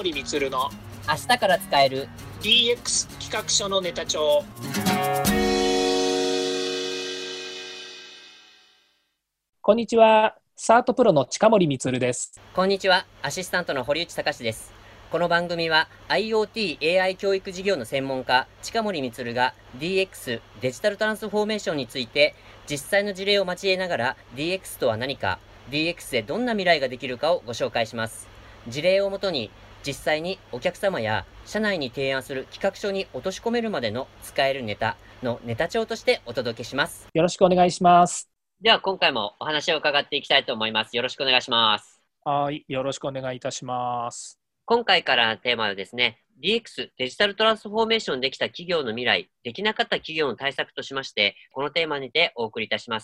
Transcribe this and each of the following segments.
森充の明日から使える DX 企画書のネタ帳。こんにちは、サートプロの近森充です。 こんにちは、アシスタントの堀内隆です。この番組は IoT、AI 教育事業の専門家、近森充が DX、デジタルトランスフォーメーションについて実際の事例を交えながら DX とは何か、DX でどんな未来ができるかをご紹介します。事例をもとに実際にお客様や社内に提案する企画書に落とし込めるまでの使えるネタのネタ帳としてお届けします。 よろしくお願いします。 では今回もお話を伺っていきたいと思います。よろしくお願いします。 はい、よろしくお願いいたします。 今回からのテーマはですね、DX、デジタルトランスフォーメーションできた企業の未来、できなかった企業の対策としまして、このテーマにてお送りいたします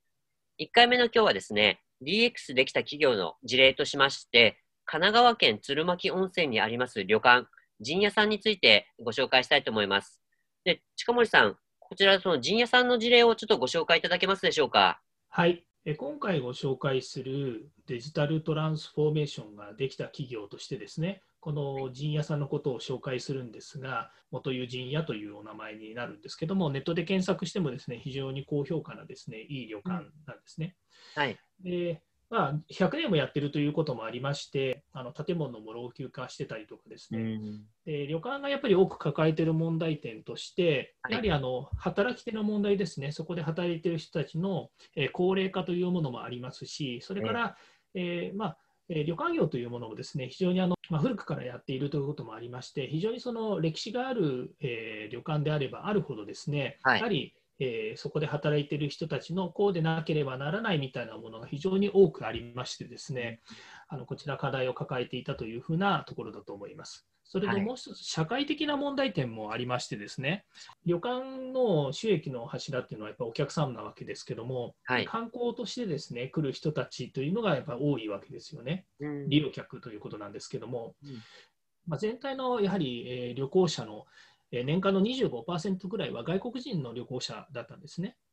。1回目の今日はですね、DX できた企業の事例としまして、神奈川県鶴巻温泉にあります旅館、陣屋さんについてご紹介したいと思います。で、近森さん、こちらその陣屋さんの事例をちょっとご紹介いただけますでしょうか。 はい、今回ご紹介するデジタルトランスフォーメーションができた企業としてですね、この陣屋さんのことを紹介するんですが、元湯陣屋というお名前になるんですけども、ネットで検索してもですね、非常に高評価なですね、いい旅館なんですね。 はい。 で、100年もやってるということもありまして、建物も老朽化してたりとかですね、で旅館がやっぱり多く抱えている問題点として、やはり働き手の問題ですね、そこで働いている人たちの高齢化というものもありますし、それから、旅館業というものをですね、非常に古くからやっているということもありまして、非常にその歴史がある、旅館であればあるほどですね、 はい、 やはりそこで働いている人たちのこうでなければならないみたいなものが非常に多くありましてですね、こちら課題を抱えていたというふうなところだと思います。それともう一つ、社会的な問題点もありましてですね、旅館の収益の柱っていうのはやっぱりお客さんなわけですけども、観光としてですね、来る人たちというのがやっぱり多いわけですよね。利用客ということなんですけども、全体のやはり、旅行者の年間の 25% ぐらいは外国人の旅行者だったんですね。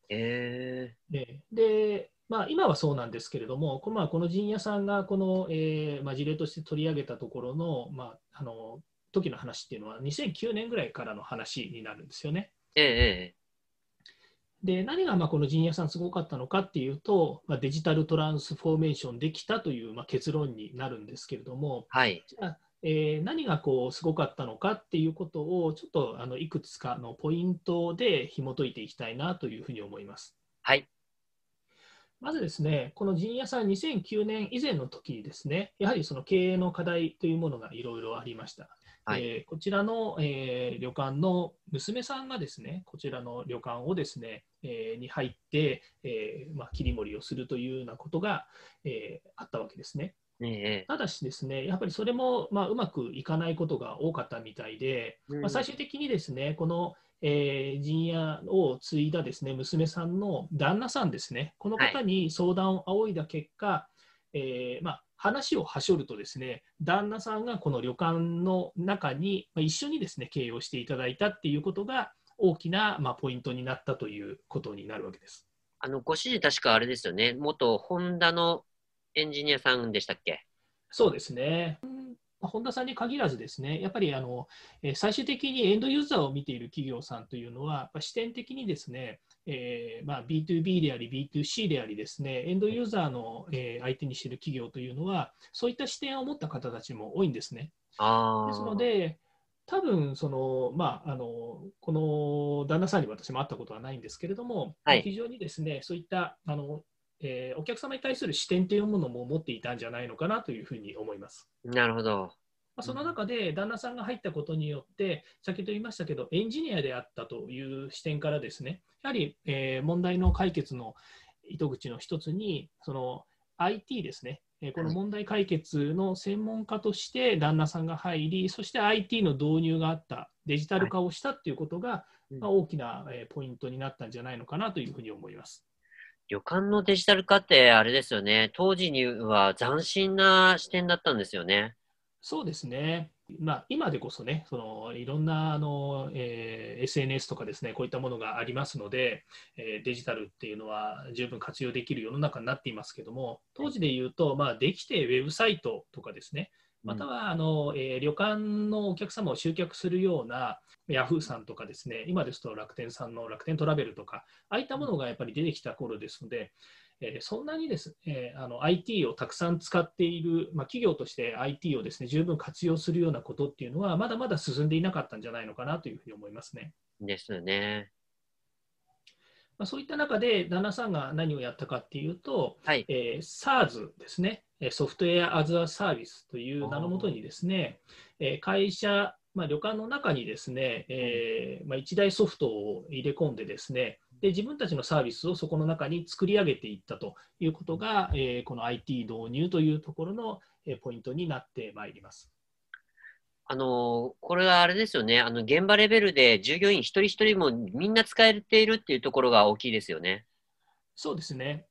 で、今はそうなんですけれども、この陣屋さんがこの、事例として取り上げたところの、時の話っていうのは2009年ぐらいからの話になるんですよね。で、何がこの陣屋さんすごかったのかっていうと、デジタルトランスフォーメーションできたという結論になるんですけれども、じゃあ何がすごかったのかっていうことをちょっといくつかのポイントで紐解いていきたいなというふうに思います。 はい。 まずですね、この陣屋さん2009年以前の時にですね、やはりその経営の課題というものがいろいろありました。こちらの、旅館の娘さんがですね、こちらの旅館をですね、に入って、切り盛りをするというようなことが、あったわけですね。ただしですね、やっぱりそれもうまくいかないことが多かったみたいで、最終的にですね、この、陣屋を継いだですね、娘さんの旦那さんですね、この方に相談を仰いだ結果、話をはしょるとですね、旦那さんがこの旅館の中に一緒にですね、経営をしていただいたっていうことが大きなポイントになったということになるわけです。 ご主人確かあれですよね、元ホンダのエンジニアさんでしたっけ？ そうですね。本田さんに限らずですね、やっぱり最終的にエンドユーザーを見ている企業さんというのは、視点的にですね、B2B であり B2C でありですね、エンドユーザーの相手にしている企業というのは、そういった視点を持った方たちも多いんですね。ですので、多分この旦那さんに私も会ったことはないんですけれども、非常にですね、そういったお客様に対する視点というものも持っていたんじゃないのかなというふうに思います。 なるほど。 その中で旦那さんが入ったことによって、先ほど言いましたけど、エンジニアであったという視点からですね、やはり、問題の解決の糸口の一つに、その IT ですね、この問題解決の専門家として旦那さんが入り、そして IT の導入があった、デジタル化をしたということが、大きなポイントになったんじゃないのかなというふうに思います。 旅館のデジタル化ってあれですよね。当時には斬新な視点だったんですよね。 そうですね。今でこそね、いろんなSNS とかですね、こういったものがありますので、デジタルっていうのは十分活用できる世の中になっていますけども、当時で言うと、できてウェブサイトとかですね、 または旅館のお客様を集客するようなヤフーさんとかですね、今ですと楽天さんの楽天トラベルとか、ああいったものがやっぱり出てきた頃ですので、そんなにですね、IT をたくさん使っている、企業として IT をですね、十分活用するようなことっていうのは、まだまだ進んでいなかったんじゃないのかなというふうに思いますね。 ですよね。 そういった中で、旦那さんが何をやったかっていうと、 はい。 SaaS ですね、ソフトウェア・アズ・ア・サービスという名のもとにですね、会社、旅館の中にですね、一台ソフトを入れ込んでですね、で自分たちのサービスをそこの中に作り上げていったということが、この IT 導入というところのポイントになってまいります。 これはあれですよね。現場レベルで従業員一人一人もみんな使えているっていうところが大きいですよね。 そうですね。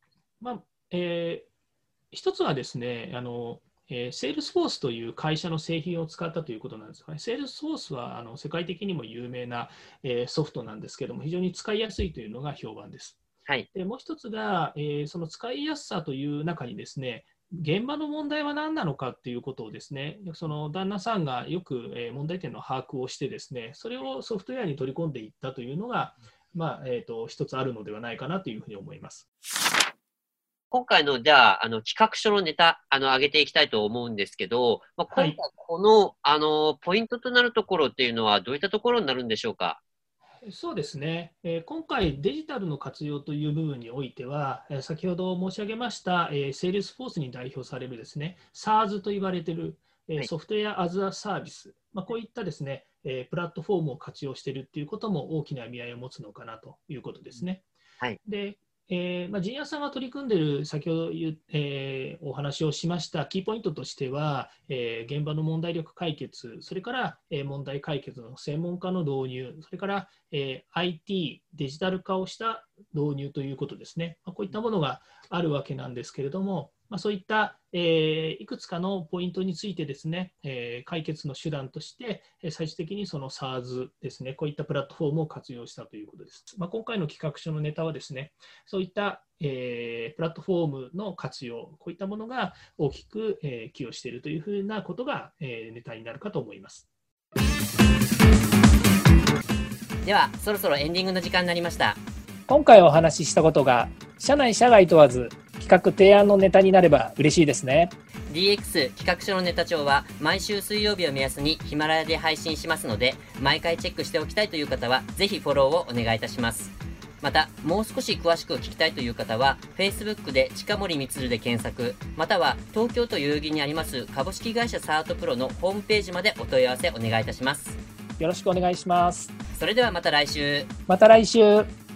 一つはですね、セールスフォースという会社の製品を使ったということなんですが、セールスフォースは世界的にも有名なソフトなんですけども、非常に使いやすいというのが評判です。 はい。 でもう一つが、その使いやすさという中にですね、現場の問題は何なのかということをですね、その旦那さんがよく問題点の把握をしてですね、それをソフトウェアに取り込んでいったというのが、一つあるのではないかなというふうに思います。 今回の、じゃあ、企画書のネタ、上げていきたいと思うんですけど、今回この、ポイントとなるところっていうのは、どういったところになるんでしょうか。 そうですね、今回、デジタルの活用という部分においては、先ほど申し上げました、セールスフォースに代表されるですね、SaaS と言われている、 はい。 ソフトウェア・アズ・ア・サービス、こういったですね、プラットフォームを活用しているということも大きな意味合いを持つのかなということですね。 はい。 で、陣屋さんが取り組んでいる先ほどお話をしましたキーポイントとしては、現場の問題力解決、それから、問題解決の専門家の導入、それから、IT、デジタル化をした導入ということですね。こういったものがあるわけなんですけれども、そういった、いくつかのポイントについてですね、解決の手段として、最終的にその SaaS ですね、こういったプラットフォームを活用したということです。今回の企画書のネタはですね、そういった、プラットフォームの活用、こういったものが大きく、寄与しているというふうなことが、ネタになるかと思います。 では、そろそろエンディングの時間になりました。 今回お話ししたことが社内社外問わず企画提案のネタになれば嬉しいですね。 DX 企画書のネタ帳は毎週水曜日を目安にヒマラヤで配信しますので、毎回チェックしておきたいという方はぜひフォローをお願いいたします。また、もう少し詳しく聞きたいという方は Facebook で近森光で検索、または東京都代々木にあります株式会社サートプロのホームページまでお問い合わせお願いいたします。 よろしくお願いします。 それではまた来週。 また来週。